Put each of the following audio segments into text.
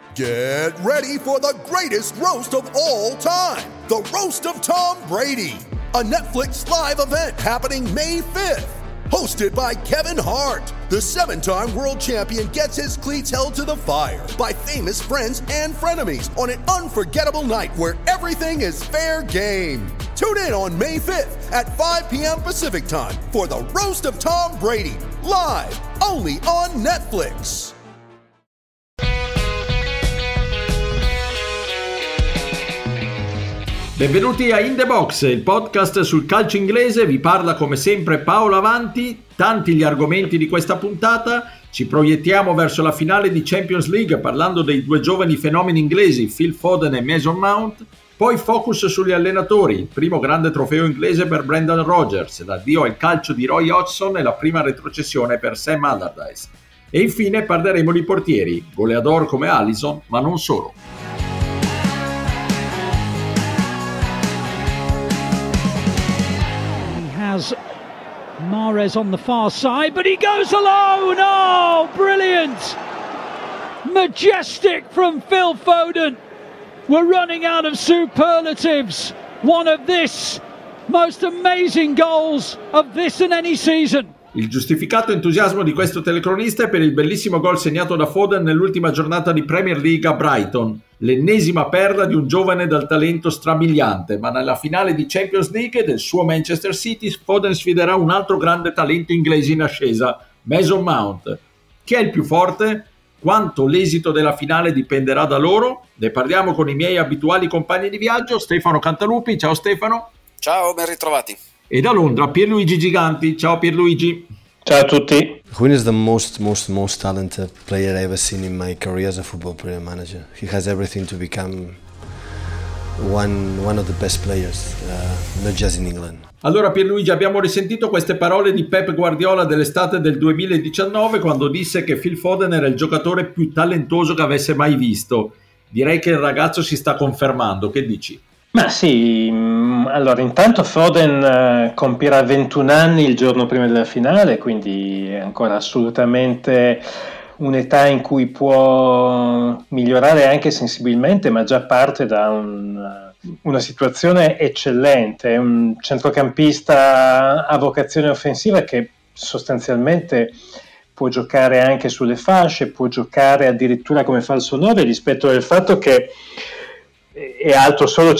Get ready for the greatest roast of all time, the Roast of Tom Brady, a Netflix live event happening May 5th. Hosted by Kevin Hart, the seven-time world champion gets his cleats held to the fire by famous friends and frenemies on an unforgettable night where everything is fair game. Tune in on May 5th at 5 p.m. Pacific time for the Roast of Tom Brady, live only on Netflix. Benvenuti a In The Box, il podcast sul calcio inglese. Vi parla come sempre Paolo Avanti. Tanti gli argomenti di questa puntata. Ci proiettiamo verso la finale di Champions League parlando dei due giovani fenomeni inglesi, Phil Foden e Mason Mount. Poi focus sugli allenatori, il primo grande trofeo inglese per Brendan Rodgers, l'addio al calcio di Roy Hodgson e la prima retrocessione per Sam Allardyce. E infine parleremo di portieri, goleador come Alisson, ma non solo. Mahrez on the far side, but he goes alone. Oh, brilliant! Majestic from Phil Foden. We're running out of superlatives. One of this most amazing goals of this and any season. Il giustificato entusiasmo di questo telecronista è per il bellissimo gol segnato da Foden nell'ultima giornata di Premier League a Brighton, l'ennesima perla di un giovane dal talento strabiliante, ma nella finale di Champions League del suo Manchester City Foden sfiderà un altro grande talento inglese in ascesa, Mason Mount. Chi è il più forte? Quanto l'esito della finale dipenderà da loro? Ne parliamo con i miei abituali compagni di viaggio, Stefano Cantalupi. Ciao Stefano. Ciao, ben ritrovati. E da Londra Pierluigi Giganti. Ciao Pierluigi. Ciao a tutti. Quinn is the most talented player I've ever seen in my career as a football player manager. He has everything to become one of the best players, not just in England. Allora Pierluigi, abbiamo risentito queste parole di Pep Guardiola dell'estate del 2019 quando disse che Phil Foden era il giocatore più talentoso che avesse mai visto. Direi che il ragazzo si sta confermando, che dici? Ma sì, allora intanto Foden compirà 21 anni il giorno prima della finale, quindi è ancora assolutamente un'età in cui può migliorare anche sensibilmente, ma già parte da una situazione eccellente. È un centrocampista a vocazione offensiva che sostanzialmente può giocare anche sulle fasce, può giocare addirittura come falso 9, rispetto al fatto che è alto solo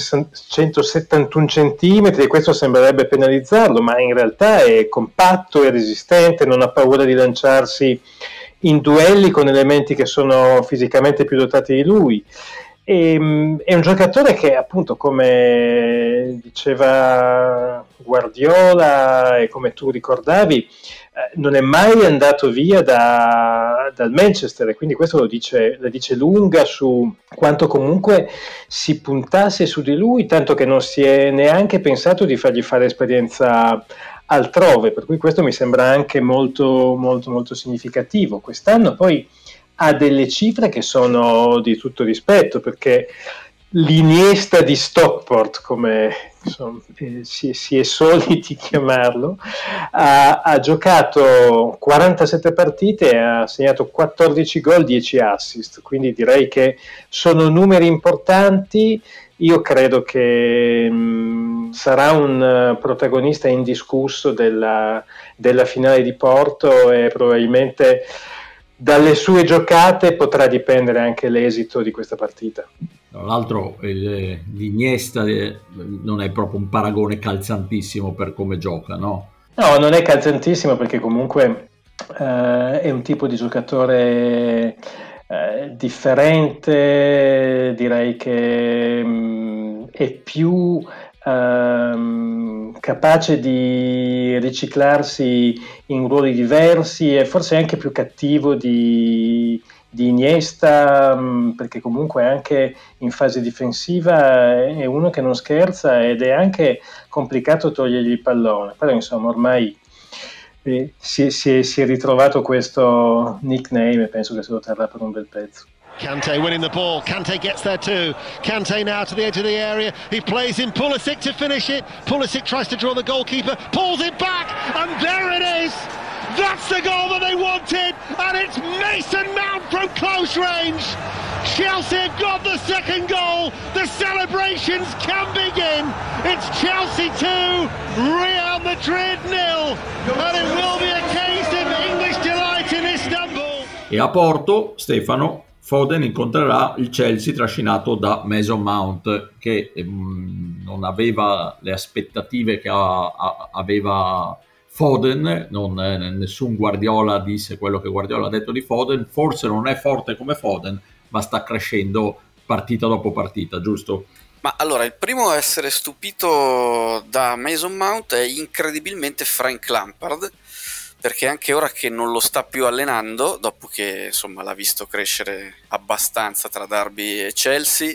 171 centimetri, e questo sembrerebbe penalizzarlo, ma in realtà è compatto e resistente, non ha paura di lanciarsi in duelli con elementi che sono fisicamente più dotati di lui. È un giocatore che, appunto, come diceva Guardiola e come tu ricordavi, non è mai andato via dal Manchester, e quindi questo la dice lunga su quanto comunque si puntasse su di lui, tanto che non si è neanche pensato di fargli fare esperienza altrove, per cui questo mi sembra anche molto molto molto significativo. Quest'anno poi ha delle cifre che sono di tutto rispetto, perché l'Iniesta di Stockport, come si è soliti chiamarlo, ha giocato 47 partite e ha segnato 14 gol, 10 assist, quindi direi che sono numeri importanti. Io credo che sarà un protagonista indiscusso della finale di Porto, e probabilmente dalle sue giocate potrà dipendere anche l'esito di questa partita. Tra l'altro l'Iniesta non è proprio un paragone calzantissimo per come gioca, no? No, non è calzantissimo, perché comunque è un tipo di giocatore differente, direi che è più capace di riciclarsi in ruoli diversi, e forse anche più cattivo di Iniesta, perché comunque anche in fase difensiva è uno che non scherza, ed è anche complicato togliergli il pallone. Però insomma ormai si è ritrovato questo nickname, e penso che se lo terrà per un bel pezzo. Kante winning the ball, Kante gets there too, Kante now to the edge of the area, he plays in Pulisic to finish it, Pulisic tries to draw the goalkeeper, pulls it back, and there it is! That's the goal that they wanted, and it's Mason Mount from close range, Chelsea have got the second goal. The celebrations can begin. It's Chelsea 2, Real Madrid 0. And it will be a case of English delight in Istanbul. E a Porto, Stefano, Foden incontrerà il Chelsea trascinato da Mason Mount, che non aveva le aspettative che aveva Foden. Nessun Guardiola disse quello che Guardiola ha detto di Foden. Forse non è forte come Foden, ma sta crescendo partita dopo partita, giusto? Ma allora, il primo a essere stupito da Mason Mount è incredibilmente Frank Lampard, perché anche ora che non lo sta più allenando, dopo che insomma l'ha visto crescere abbastanza tra Derby e Chelsea,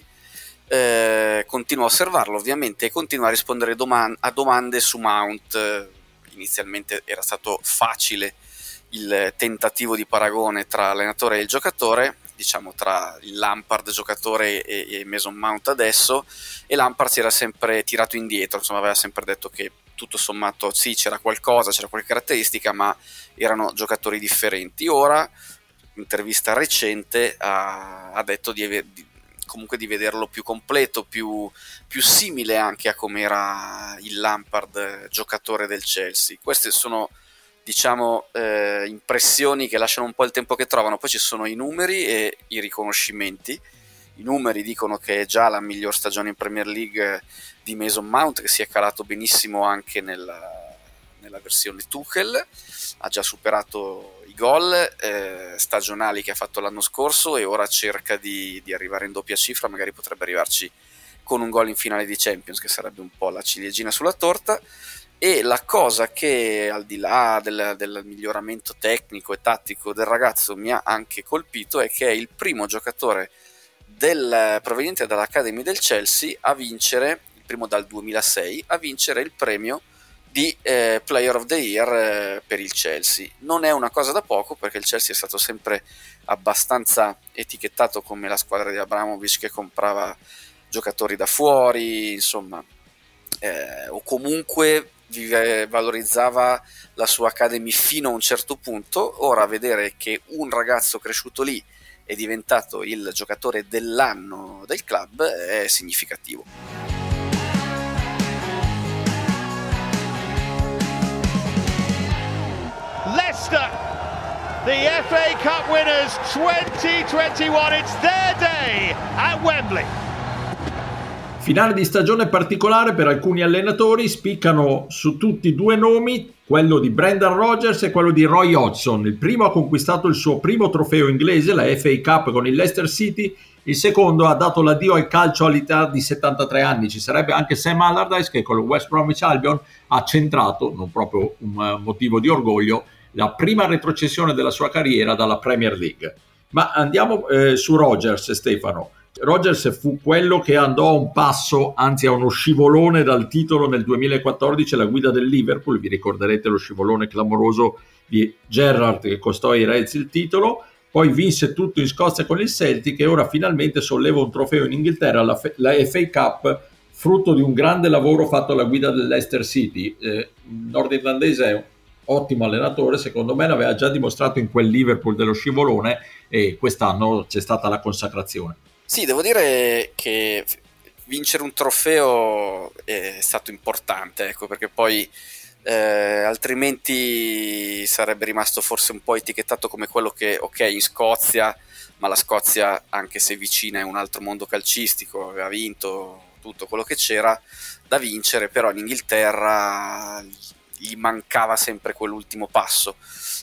continua a osservarlo ovviamente e continua a rispondere a domande su Mount. Inizialmente era stato facile il tentativo di paragone tra allenatore e il giocatore, diciamo tra il Lampard giocatore e Mason Mount adesso, e Lampard si era sempre tirato indietro, insomma aveva sempre detto che tutto sommato sì, c'era qualcosa, c'era qualche caratteristica, ma erano giocatori differenti. Ora, intervista recente, ha detto comunque di vederlo più completo, più simile anche a come era il Lampard giocatore del Chelsea. Queste sono, diciamo, impressioni che lasciano un po' il tempo che trovano. Poi ci sono i numeri e i riconoscimenti. I numeri dicono che è già la miglior stagione in Premier League di Mason Mount, che si è calato benissimo anche nella versione Tuchel, ha già superato i gol stagionali che ha fatto l'anno scorso e ora cerca di arrivare in doppia cifra, magari potrebbe arrivarci con un gol in finale di Champions, che sarebbe un po' la ciliegina sulla torta. E la cosa che, al di là del miglioramento tecnico e tattico del ragazzo, mi ha anche colpito è che è il primo giocatore proveniente dall'Academy del Chelsea a vincere, il primo dal 2006, a vincere il premio di Player of the Year per il Chelsea. Non è una cosa da poco, perché il Chelsea è stato sempre abbastanza etichettato come la squadra di Abramovich che comprava giocatori da fuori, insomma, o comunque valorizzava la sua Academy fino a un certo punto. Ora vedere che un ragazzo cresciuto lì è diventato il giocatore dell'anno del club è significativo. Leicester, the FA Cup winners 2021, it's their day at Wembley. Finale di stagione particolare per alcuni allenatori, spiccano su tutti due nomi, quello di Brendan Rodgers e quello di Roy Hodgson. Il primo ha conquistato il suo primo trofeo inglese, la FA Cup con il Leicester City, il secondo ha dato l'addio al calcio all'età di 73 anni. Ci sarebbe anche Sam Allardyce che con il West Bromwich Albion ha centrato, non proprio un motivo di orgoglio, la prima retrocessione della sua carriera dalla Premier League. Ma andiamo su Rodgers, Stefano. Rodgers fu quello che andò a un passo, anzi a uno scivolone dal titolo nel 2014 alla guida del Liverpool. Vi ricorderete lo scivolone clamoroso di Gerrard che costò ai Reds il titolo. Poi vinse tutto in Scozia con il Celtic e ora finalmente solleva un trofeo in Inghilterra, la FA Cup, frutto di un grande lavoro fatto alla guida del Leicester City. Il nord-irlandese è un ottimo allenatore, secondo me l'aveva già dimostrato in quel Liverpool dello scivolone e quest'anno c'è stata la consacrazione. Sì, devo dire che vincere un trofeo è stato importante, ecco, perché poi altrimenti sarebbe rimasto forse un po' etichettato come quello che, ok, in Scozia, ma la Scozia, anche se vicina, è un altro mondo calcistico, aveva vinto tutto quello che c'era da vincere, però in Inghilterra gli mancava sempre quell'ultimo passo.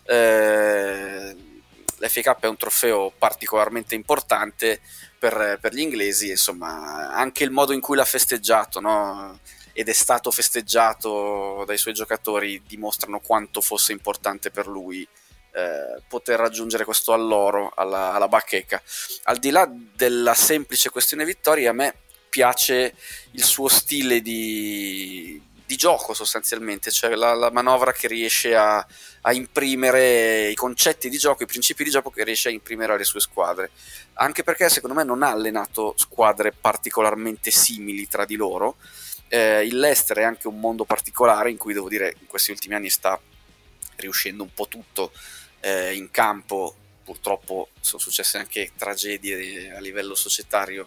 L'FA Cup è un trofeo particolarmente importante per gli inglesi, insomma, anche il modo in cui l'ha festeggiato, no? Ed è stato festeggiato dai suoi giocatori dimostrano quanto fosse importante per lui poter raggiungere questo alloro alla bacheca. Al di là della semplice questione vittoria, a me piace il suo stile di gioco, sostanzialmente, cioè la manovra che riesce a imprimere, i concetti di gioco, i principi di gioco che riesce a imprimere alle sue squadre, anche perché secondo me non ha allenato squadre particolarmente simili tra di loro. Il Leicester è anche un mondo particolare in cui, devo dire, in questi ultimi anni sta riuscendo un po' tutto in campo, purtroppo sono successe anche tragedie a livello societario,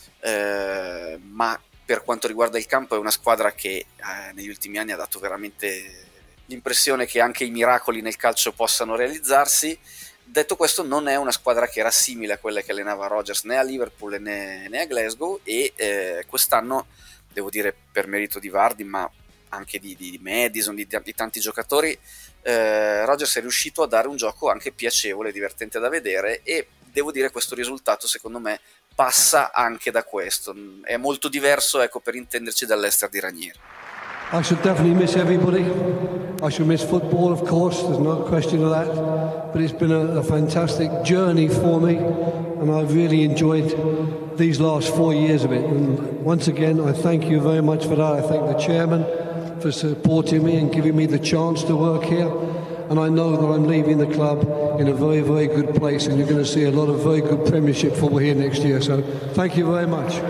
ma per quanto riguarda il campo è una squadra che negli ultimi anni ha dato veramente l'impressione che anche i miracoli nel calcio possano realizzarsi. Detto questo, non è una squadra che era simile a quelle che allenava Rodgers né a Liverpool né a Glasgow, e quest'anno, devo dire per merito di Vardy ma anche di Madison, di tanti giocatori, Rodgers è riuscito a dare un gioco anche piacevole, divertente da vedere, e devo dire questo risultato secondo me passa anche da questo. È molto diverso, ecco, per intenderci, dall'Leicester di Ranieri. I should definitely miss everybody. I should miss football, of course, there's no question of that. But it's been a fantastic journey for me, and I've really enjoyed these last 4 years of it. And once again, I thank you very much for that. I thank the chairman for supporting me and giving me the chance to work here. And I know that I'm leaving the club in a very, very good place, and you're going to see a lot of very good Premiership football here next year. So thank you very much.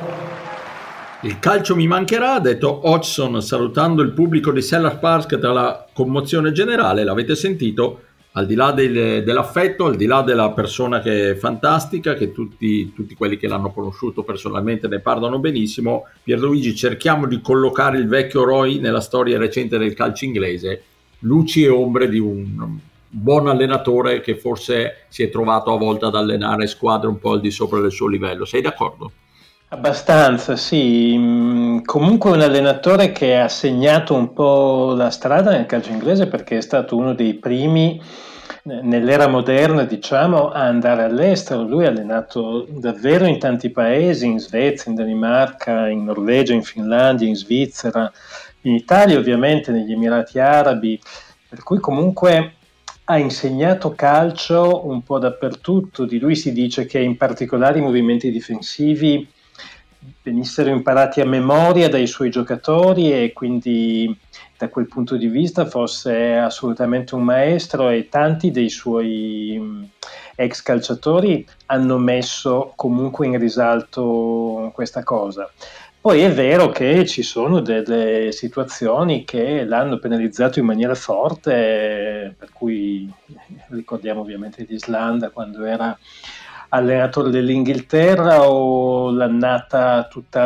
Il calcio mi mancherà, ha detto Hodgson salutando il pubblico di Selhurst Park tra la commozione generale. L'avete sentito, al di là dell'affetto, al di là della persona che è fantastica, che tutti quelli che l'hanno conosciuto personalmente ne parlano benissimo, Pierluigi, cerchiamo di collocare il vecchio Roy nella storia recente del calcio inglese, luci e ombre di un buon allenatore che forse si è trovato a volte ad allenare squadre un po' al di sopra del suo livello. Sei d'accordo? Abbastanza, sì. Comunque un allenatore che ha segnato un po' la strada nel calcio inglese, perché è stato uno dei primi nell'era moderna, diciamo, a andare all'estero. Lui ha allenato davvero in tanti paesi, in Svezia, in Danimarca, in Norvegia, in Finlandia, in Svizzera, in Italia ovviamente, negli Emirati Arabi, per cui comunque ha insegnato calcio un po' dappertutto. Di lui si dice che in particolare i movimenti difensivi venissero imparati a memoria dai suoi giocatori, e quindi da quel punto di vista fosse assolutamente un maestro, e tanti dei suoi ex calciatori hanno messo comunque in risalto questa cosa. Poi è vero che ci sono delle situazioni che l'hanno penalizzato in maniera forte, per cui ricordiamo ovviamente l'Islanda quando era allenatore dell'Inghilterra, o l'annata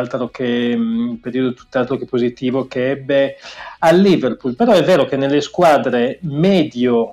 il periodo tutt'altro che positivo che ebbe a Liverpool. Però è vero che nelle squadre medie,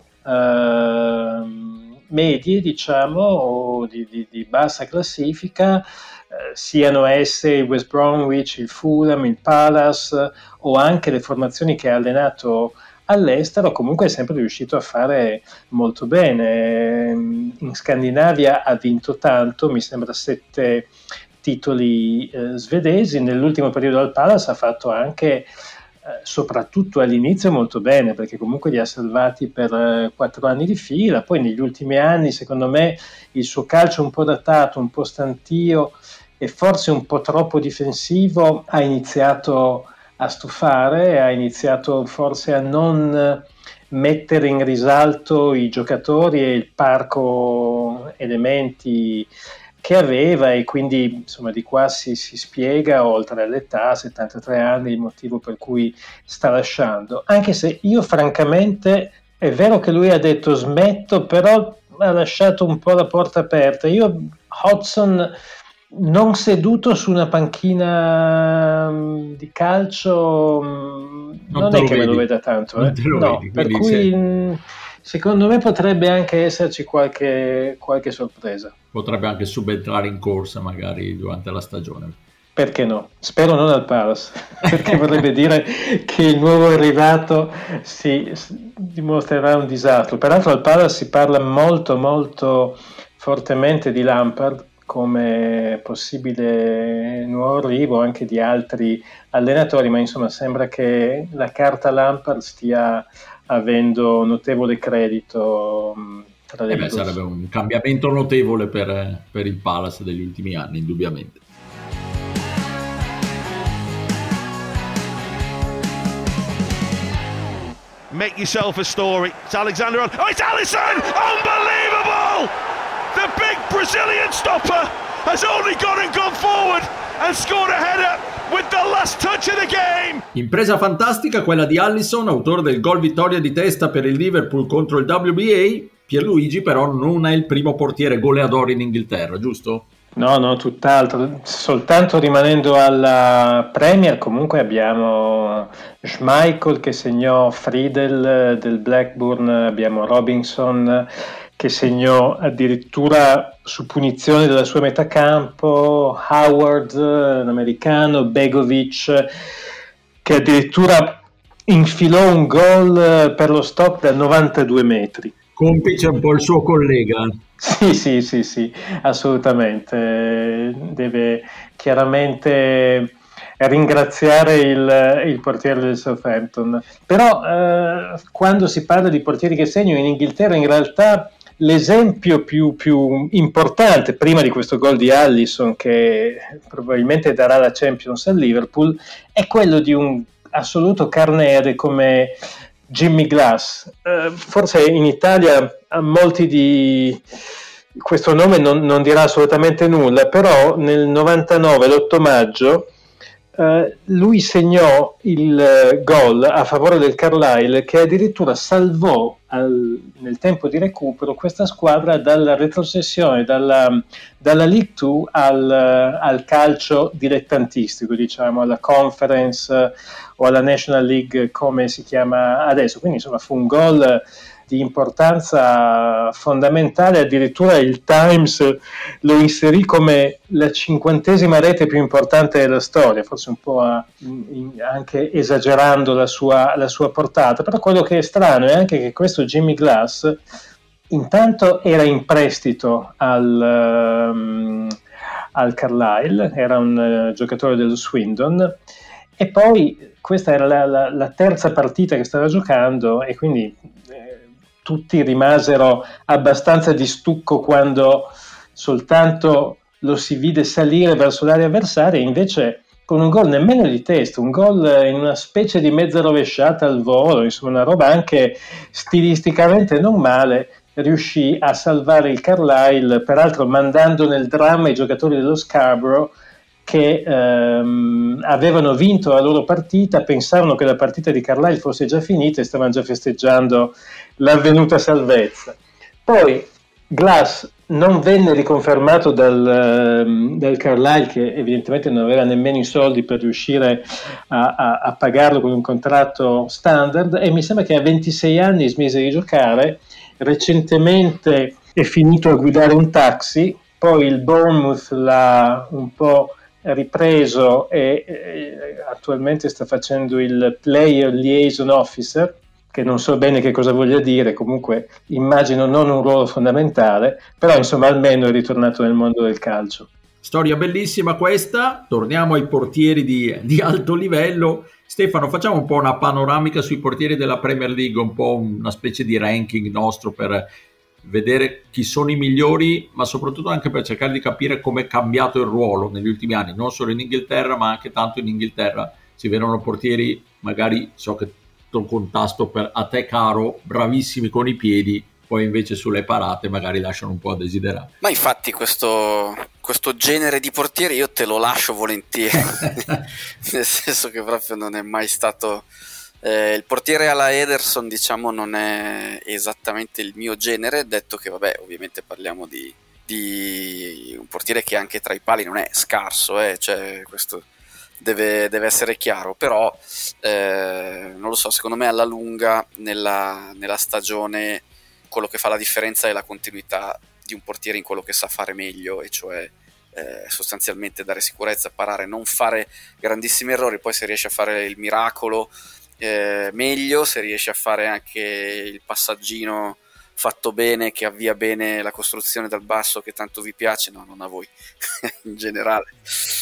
diciamo, o di bassa classifica, siano esse il West Bromwich, il Fulham, il Palace, o anche le formazioni che ha allenato all'estero, comunque è sempre riuscito a fare molto bene. In Scandinavia ha vinto tanto, mi sembra 7 titoli svedesi. Nell'ultimo periodo al Palace ha fatto anche, soprattutto all'inizio, molto bene, perché comunque li ha salvati per 4 anni di fila. Poi negli ultimi anni, secondo me, il suo calcio un po' datato, un po' stantio e forse un po' troppo difensivo ha iniziato a stufare, ha iniziato forse a non mettere in risalto i giocatori e il parco elementi che aveva, e quindi insomma di qua si spiega, oltre all'età, 73 anni, il motivo per cui sta lasciando. Anche se io francamente, è vero che lui ha detto smetto, però ha lasciato un po' la porta aperta. Io Hodgson non seduto su una panchina di calcio non è che me lo veda tanto, no, per cui secondo me potrebbe anche esserci qualche sorpresa. Potrebbe anche subentrare in corsa magari durante la stagione. Perché no? Spero non al Palace, perché vorrebbe dire che il nuovo arrivato si dimostrerà un disastro. Peraltro al Palace si parla molto molto fortemente di Lampard come possibile nuovo arrivo, anche di altri allenatori, ma insomma sembra che la carta Lampard stia avendo notevole credito tra le due. Sarebbe un cambiamento notevole per il Palace degli ultimi anni, indubbiamente. Make yourself a story. It's Alexander on. Oh, it's Alisson! Unbelievable! The big Brazilian stopper has only gone forward and scored a header with the last touch of the game. Impresa fantastica quella di Alisson, autore del gol vittoria di testa per il Liverpool contro il WBA. Pierluigi però non è il primo portiere goleador in Inghilterra, giusto? No, tutt'altro. Soltanto rimanendo alla Premier, comunque abbiamo Schmeichel che segnò Friedel del Blackburn, abbiamo Robinson che segnò addirittura su punizione della sua metà campo, Howard, l'americano, Begovic, che addirittura infilò un gol per lo stop da 92 metri. Complice un po' il suo collega. Sì, assolutamente. Deve chiaramente ringraziare il portiere del Southampton. Però quando si parla di portieri che segnano in Inghilterra, in realtà l'esempio più importante, prima di questo gol di Alisson, che probabilmente darà la Champions al Liverpool, è quello di un assoluto carneade come Jimmy Glass. Forse in Italia a molti di questo nome non dirà assolutamente nulla, però nel 99, l'8 maggio, lui segnò il gol a favore del Carlisle, che addirittura salvò nel tempo di recupero questa squadra dalla retrocessione dalla League 2 al calcio dilettantistico, diciamo, alla Conference o alla National League come si chiama adesso. Quindi insomma fu un gol di importanza fondamentale, addirittura il Times lo inserì come la 50ª rete più importante della storia, forse un po' anche esagerando la sua portata. Però quello che è strano è anche che questo Jimmy Glass intanto era in prestito al Carlisle, era un giocatore dello Swindon, e poi questa era la terza partita che stava giocando, e quindi tutti rimasero abbastanza di stucco quando soltanto lo si vide salire verso l'area avversaria, e invece con un gol nemmeno di testa, un gol in una specie di mezza rovesciata al volo, insomma una roba anche stilisticamente non male, riuscì a salvare il Carlisle, peraltro mandando nel dramma i giocatori dello Scarborough, che avevano vinto la loro partita, pensavano che la partita di Carlisle fosse già finita e stavano già festeggiando l'avvenuta salvezza. Poi Glass non venne riconfermato dal Carlisle, che evidentemente non aveva nemmeno i soldi per riuscire a pagarlo con un contratto standard, e mi sembra che a 26 anni smise di giocare. Recentemente è finito a guidare un taxi, poi il Bournemouth l'ha un po' ripreso e attualmente sta facendo il Player Liaison Officer, che non so bene che cosa voglia dire, comunque immagino non un ruolo fondamentale, però insomma almeno è ritornato nel mondo del calcio. Storia bellissima questa. Torniamo ai portieri di alto livello. Stefano, facciamo un po' una panoramica sui portieri della Premier League, un po' una specie di ranking nostro per vedere chi sono i migliori, ma soprattutto anche per cercare di capire come è cambiato il ruolo negli ultimi anni, non solo in Inghilterra, ma anche tanto in Inghilterra si vedono portieri, magari so che tocco un tasto per a te caro, bravissimi con i piedi, poi invece sulle parate magari lasciano un po' a desiderare. Ma infatti questo genere di portieri io te lo lascio volentieri, nel senso che proprio non è mai stato... il portiere alla Ederson, diciamo, non è esattamente il mio genere, detto che vabbè, ovviamente parliamo di un portiere che anche tra i pali non è scarso, cioè questo deve essere chiaro, però non lo so, secondo me alla lunga nella stagione quello che fa la differenza è la continuità di un portiere in quello che sa fare meglio, e cioè sostanzialmente dare sicurezza, parare, non fare grandissimi errori. Poi se riesce a fare il miracolo meglio, se riesce a fare anche il passaggino fatto bene che avvia bene la costruzione dal basso che tanto vi piace, no, non a voi in generale,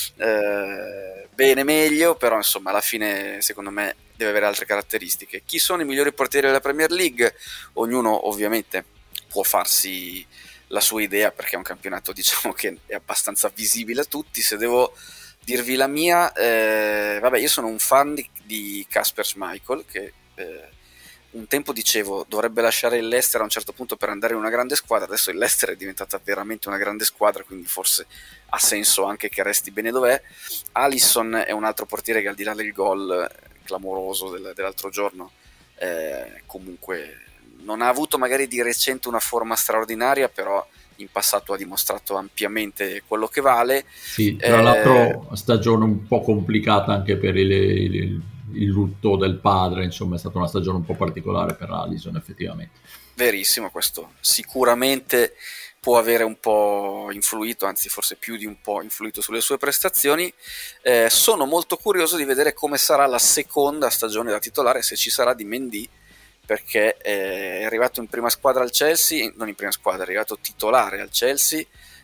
bene meglio, però insomma alla fine secondo me deve avere altre caratteristiche. Chi sono i migliori portieri della Premier League? Ognuno ovviamente può farsi la sua idea, perché è un campionato, diciamo, che è abbastanza visibile a tutti. Se devo dirvi la mia, vabbè, io sono un fan di Kasper Schmeichel, che un tempo dicevo dovrebbe lasciare il Leicester a un certo punto per andare in una grande squadra. Adesso il Leicester è diventata veramente una grande squadra, quindi forse ha senso anche che resti bene dov'è. Alisson è un altro portiere che, al di là del gol clamoroso dell'altro giorno, comunque non ha avuto magari di recente una forma straordinaria, però in passato ha dimostrato ampiamente quello che vale. Sì, tra l'altro stagione un po' complicata anche per il lutto del padre, insomma è stata una stagione un po' particolare per Alisson effettivamente. Verissimo, questo sicuramente può avere un po' influito, anzi forse più di un po' influito sulle sue prestazioni. Sono molto curioso di vedere come sarà la seconda stagione da titolare, se ci sarà, di Mendy, perché è arrivato in prima squadra al Chelsea, non in prima squadra, è arrivato titolare al Chelsea,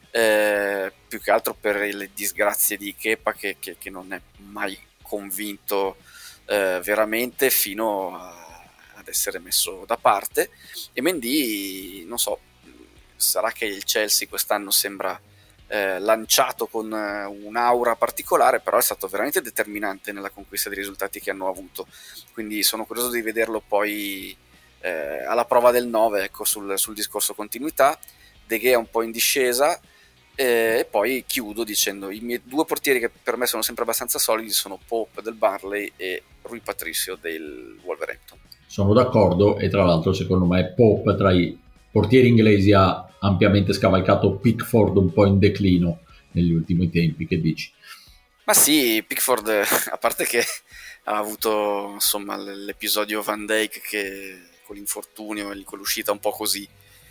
più che altro per le disgrazie di Kepa che non è mai convinto veramente fino ad essere messo da parte, e Mendy, non so, sarà che il Chelsea quest'anno sembra lanciato con un'aura particolare, però è stato veramente determinante nella conquista dei risultati che hanno avuto, quindi sono curioso di vederlo poi alla prova del 9, ecco, sul discorso continuità. De Gea un po' in discesa, e poi chiudo dicendo i miei due portieri che per me sono sempre abbastanza solidi sono Pope del Burnley e Rui Patricio del Wolverhampton. Sono d'accordo, e tra l'altro secondo me Pope tra i portieri inglesi ha ampiamente scavalcato Pickford, un po' in declino negli ultimi tempi. Che dici? Ma sì, Pickford, a parte che ha avuto insomma l'episodio Van Dijk che con l'infortunio e con l'uscita un po' così,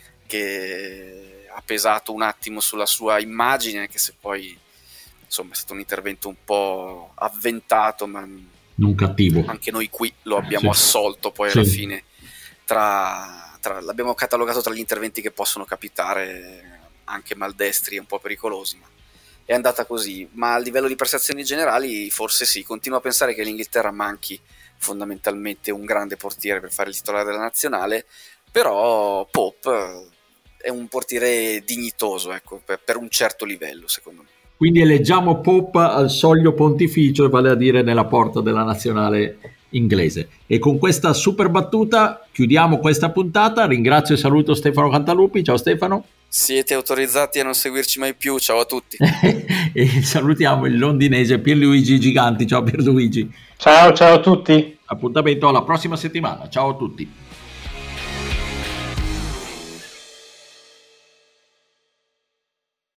che ha pesato un attimo sulla sua immagine, anche se poi insomma è stato un intervento un po' avventato, ma non cattivo. Anche noi qui lo abbiamo assolto poi alla fine, l'abbiamo catalogato tra gli interventi che possono capitare, anche maldestri e un po' pericolosi, ma è andata così. Ma a livello di prestazioni generali forse sì, continuo a pensare che l'Inghilterra manchi fondamentalmente un grande portiere per fare il titolare della nazionale, però Pope è un portiere dignitoso, ecco, per un certo livello secondo me. Quindi eleggiamo Pope al soglio pontificio, vale a dire nella porta della nazionale inglese. E con questa super battuta chiudiamo questa puntata. Ringrazio e saluto Stefano Cantalupi. Ciao Stefano. Siete autorizzati a non seguirci mai più. Ciao a tutti. E salutiamo il londinese Pierluigi Giganti. Ciao Pierluigi. Ciao a tutti. Appuntamento alla prossima settimana. Ciao a tutti.